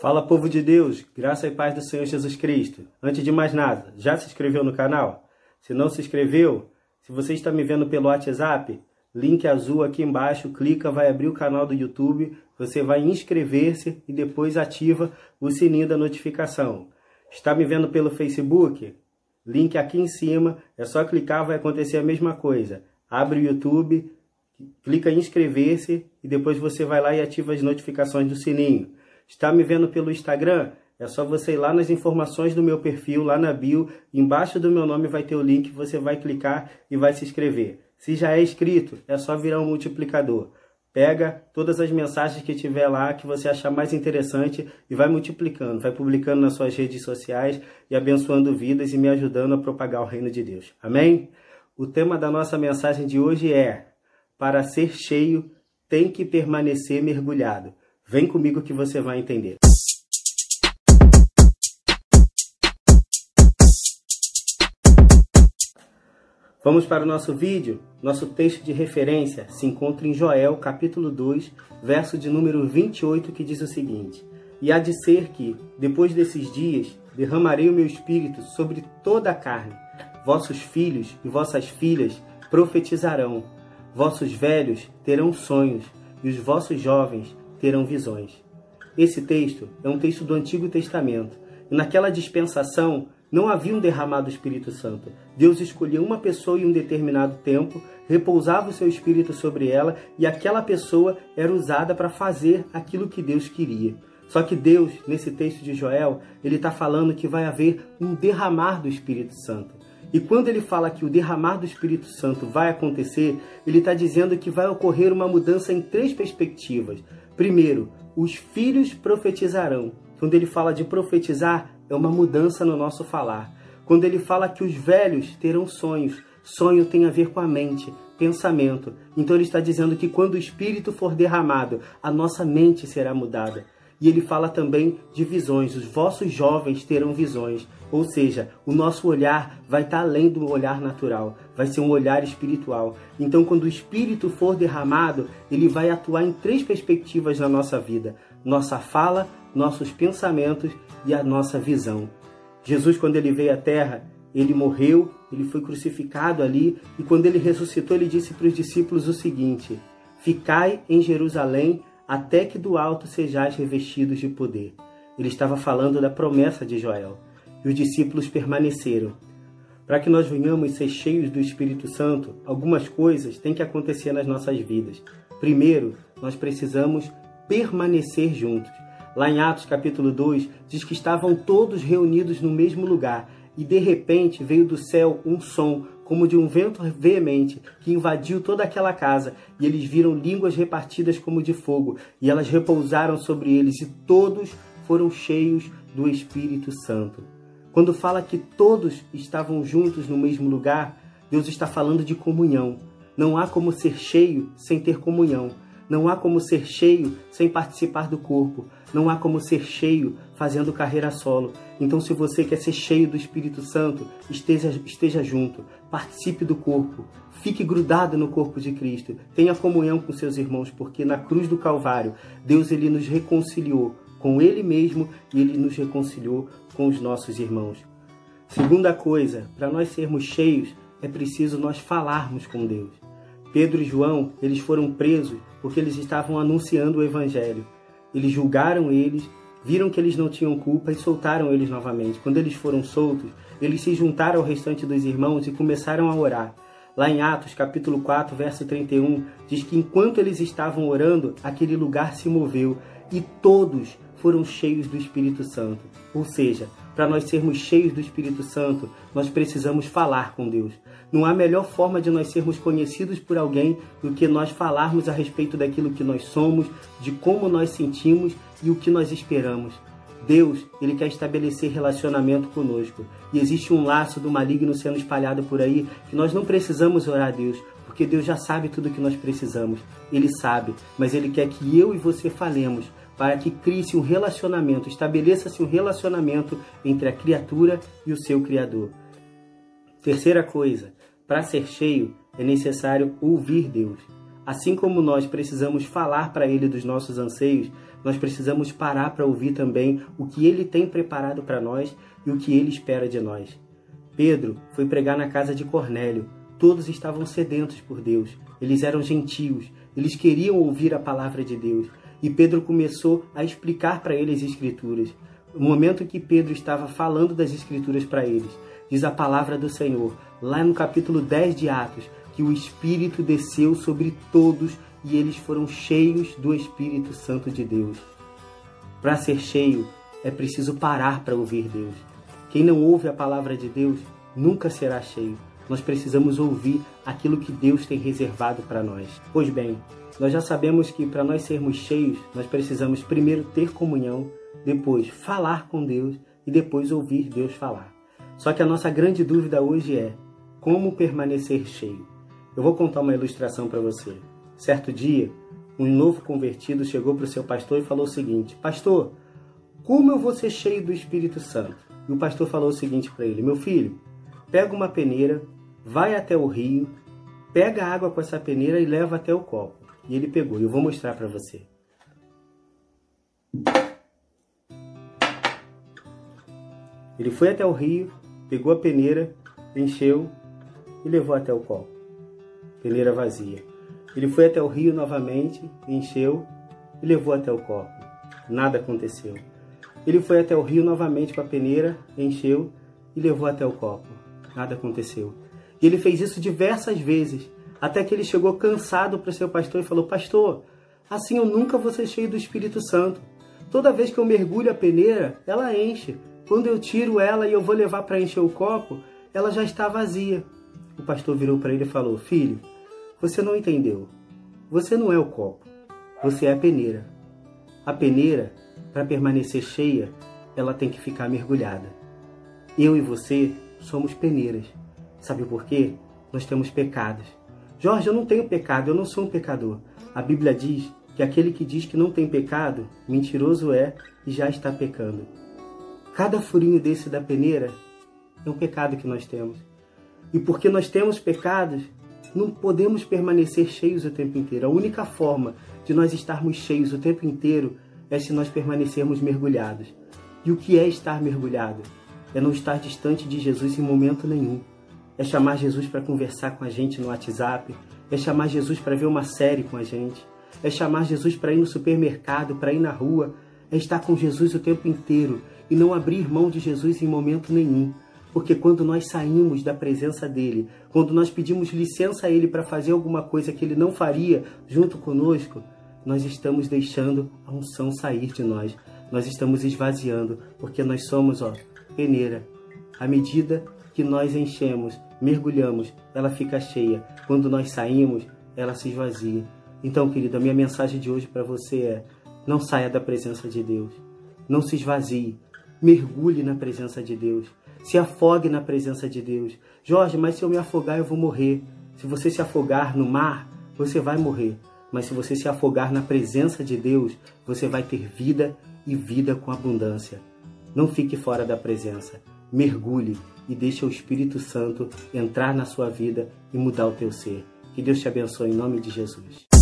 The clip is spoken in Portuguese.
Fala, povo de Deus, graça e paz do Senhor Jesus Cristo. Antes de mais nada, já se inscreveu no canal? Se não se inscreveu, se você está me vendo pelo WhatsApp, link azul aqui embaixo, clica, vai abrir o canal do YouTube, você vai inscrever-se e depois ativa o sininho da notificação. Está me vendo pelo Facebook? Link aqui em cima, é só clicar, vai acontecer a mesma coisa. Abre o YouTube, clica em inscrever-se e depois você vai lá e ativa as notificações do sininho. Está me vendo pelo Instagram? É só você ir lá nas informações do meu perfil, lá na bio, embaixo do meu nome vai ter o link, você vai clicar e vai se inscrever. Se já é inscrito, é só virar um multiplicador. Pega todas as mensagens que tiver lá, que você achar mais interessante e vai multiplicando, vai publicando nas suas redes sociais e abençoando vidas e me ajudando a propagar o reino de Deus. Amém? O tema da nossa mensagem de hoje é: para ser cheio, tem que permanecer mergulhado. Vem comigo que você vai entender. Vamos para o nosso vídeo. Nosso texto de referência se encontra em Joel, capítulo 2, verso de número 28, que diz o seguinte: E há de ser que, depois desses dias, derramarei o meu espírito sobre toda a carne. Vossos filhos e vossas filhas profetizarão. Vossos velhos terão sonhos e os vossos jovens terão visões. Esse texto é um texto do Antigo Testamento. E naquela dispensação não havia um derramado Espírito Santo. Deus escolhia uma pessoa em um determinado tempo, repousava o seu Espírito sobre ela e aquela pessoa era usada para fazer aquilo que Deus queria. Só que Deus, nesse texto de Joel, ele está falando que vai haver um derramar do Espírito Santo. E quando ele fala que o derramar do Espírito Santo vai acontecer, ele está dizendo que vai ocorrer uma mudança em 3 perspectivas. Primeiro, os filhos profetizarão. Quando ele fala de profetizar, é uma mudança no nosso falar. Quando ele fala que os velhos terão sonhos, sonho tem a ver com a mente, pensamento. Então ele está dizendo que quando o Espírito for derramado, a nossa mente será mudada. E ele fala também de visões. Os vossos jovens terão visões. Ou seja, o nosso olhar vai estar além do olhar natural. Vai ser um olhar espiritual. Então, quando o Espírito for derramado, ele vai atuar em 3 perspectivas na nossa vida. Nossa fala, nossos pensamentos e a nossa visão. Jesus, quando ele veio à Terra, ele morreu, ele foi crucificado ali. E quando ele ressuscitou, ele disse para os discípulos o seguinte: Ficai em Jerusalém, até que do alto sejais revestidos de poder. Ele estava falando da promessa de Joel. E os discípulos permaneceram. Para que nós venhamos ser cheios do Espírito Santo, algumas coisas têm que acontecer nas nossas vidas. Primeiro, nós precisamos permanecer juntos. Lá em Atos capítulo 2, diz que estavam todos reunidos no mesmo lugar. E de repente veio do céu um som, como de um vento veemente, que invadiu toda aquela casa, e eles viram línguas repartidas como de fogo, e elas repousaram sobre eles, e todos foram cheios do Espírito Santo. Quando fala que todos estavam juntos no mesmo lugar, Deus está falando de comunhão. Não há como ser cheio sem ter comunhão. Não há como ser cheio sem participar do corpo. Não há como ser cheio fazendo carreira solo. Então, se você quer ser cheio do Espírito Santo, esteja junto, participe do corpo, fique grudado no corpo de Cristo, tenha comunhão com seus irmãos, porque na cruz do Calvário, Deus ele nos reconciliou com Ele mesmo e Ele nos reconciliou com os nossos irmãos. Segunda coisa, para nós sermos cheios, é preciso nós falarmos com Deus. Pedro e João, eles foram presos porque eles estavam anunciando o Evangelho. Eles julgaram eles, viram que eles não tinham culpa e soltaram eles novamente. Quando eles foram soltos, eles se juntaram ao restante dos irmãos e começaram a orar. Lá em Atos, capítulo 4, verso 31, diz que enquanto eles estavam orando, aquele lugar se moveu e todos foram cheios do Espírito Santo. Ou seja, para nós sermos cheios do Espírito Santo, nós precisamos falar com Deus. Não há melhor forma de nós sermos conhecidos por alguém do que nós falarmos a respeito daquilo que nós somos, de como nós sentimos e o que nós esperamos. Deus, ele quer estabelecer relacionamento conosco. E existe um laço do maligno sendo espalhado por aí que nós não precisamos orar a Deus, porque Deus já sabe tudo o que nós precisamos. Ele sabe, mas ele quer que eu e você falemos para que crie-se um relacionamento, estabeleça-se um relacionamento entre a criatura e o seu Criador. Terceira coisa, para ser cheio é necessário ouvir Deus. Assim como nós precisamos falar para Ele dos nossos anseios, nós precisamos parar para ouvir também o que Ele tem preparado para nós e o que Ele espera de nós. Pedro foi pregar na casa de Cornélio. Todos estavam sedentos por Deus. Eles eram gentios. Eles queriam ouvir a palavra de Deus. E Pedro começou a explicar para eles as Escrituras. No momento que Pedro estava falando das Escrituras para eles, diz a palavra do Senhor, lá no capítulo 10 de Atos, que o Espírito desceu sobre todos e eles foram cheios do Espírito Santo de Deus. Para ser cheio, é preciso parar para ouvir Deus. Quem não ouve a palavra de Deus nunca será cheio. Nós precisamos ouvir aquilo que Deus tem reservado para nós. Pois bem, nós já sabemos que para nós sermos cheios, nós precisamos primeiro ter comunhão, depois falar com Deus e depois ouvir Deus falar. Só que a nossa grande dúvida hoje é como permanecer cheio. Eu vou contar uma ilustração para você. Certo dia, um novo convertido chegou para o seu pastor e falou o seguinte: pastor, como eu vou ser cheio do Espírito Santo? E o pastor falou o seguinte para ele: meu filho, pega uma peneira, vai até o rio, pega água com essa peneira e leva até o copo. E ele pegou, e eu vou mostrar para você. Ele foi até o rio, pegou a peneira, encheu e levou até o copo. Peneira vazia. Ele foi até o rio novamente, encheu e levou até o copo. Nada aconteceu. Ele foi até o rio novamente com a peneira, encheu e levou até o copo. Nada aconteceu. E ele fez isso diversas vezes, até que ele chegou cansado para o seu pastor e falou: pastor, assim eu nunca vou ser cheio do Espírito Santo. Toda vez que eu mergulho a peneira, ela enche. Quando eu tiro ela e eu vou levar para encher o copo, ela já está vazia. O pastor virou para ele e falou: filho, você não entendeu. Você não é o copo, você é a peneira. A peneira, para permanecer cheia, ela tem que ficar mergulhada. Eu e você somos peneiras. Sabe por quê? Nós temos pecados. Jorge, eu não tenho pecado, eu não sou um pecador. A Bíblia diz que aquele que diz que não tem pecado, mentiroso é e já está pecando. Cada furinho desse da peneira é um pecado que nós temos. E porque nós temos pecados, não podemos permanecer cheios o tempo inteiro. A única forma de nós estarmos cheios o tempo inteiro é se nós permanecermos mergulhados. E o que é estar mergulhado? É não estar distante de Jesus em momento nenhum. É chamar Jesus para conversar com a gente no WhatsApp. É chamar Jesus para ver uma série com a gente. É chamar Jesus para ir no supermercado, para ir na rua. É estar com Jesus o tempo inteiro e não abrir mão de Jesus em momento nenhum. Porque quando nós saímos da presença dele, quando nós pedimos licença a ele para fazer alguma coisa que ele não faria junto conosco, nós estamos deixando a unção sair de nós. Nós estamos esvaziando, porque nós somos, peneira. À medida que nós enchemos, mergulhamos, ela fica cheia. Quando nós saímos, ela se esvazia. Então, querido, a minha mensagem de hoje para você é: não saia da presença de Deus. Não se esvazie. Mergulhe na presença de Deus. Se afogue na presença de Deus. Jorge, mas se eu me afogar, eu vou morrer. Se você se afogar no mar, você vai morrer. Mas se você se afogar na presença de Deus, você vai ter vida e vida com abundância. Não fique fora da presença. Mergulhe e deixe o Espírito Santo entrar na sua vida e mudar o teu ser. Que Deus te abençoe em nome de Jesus.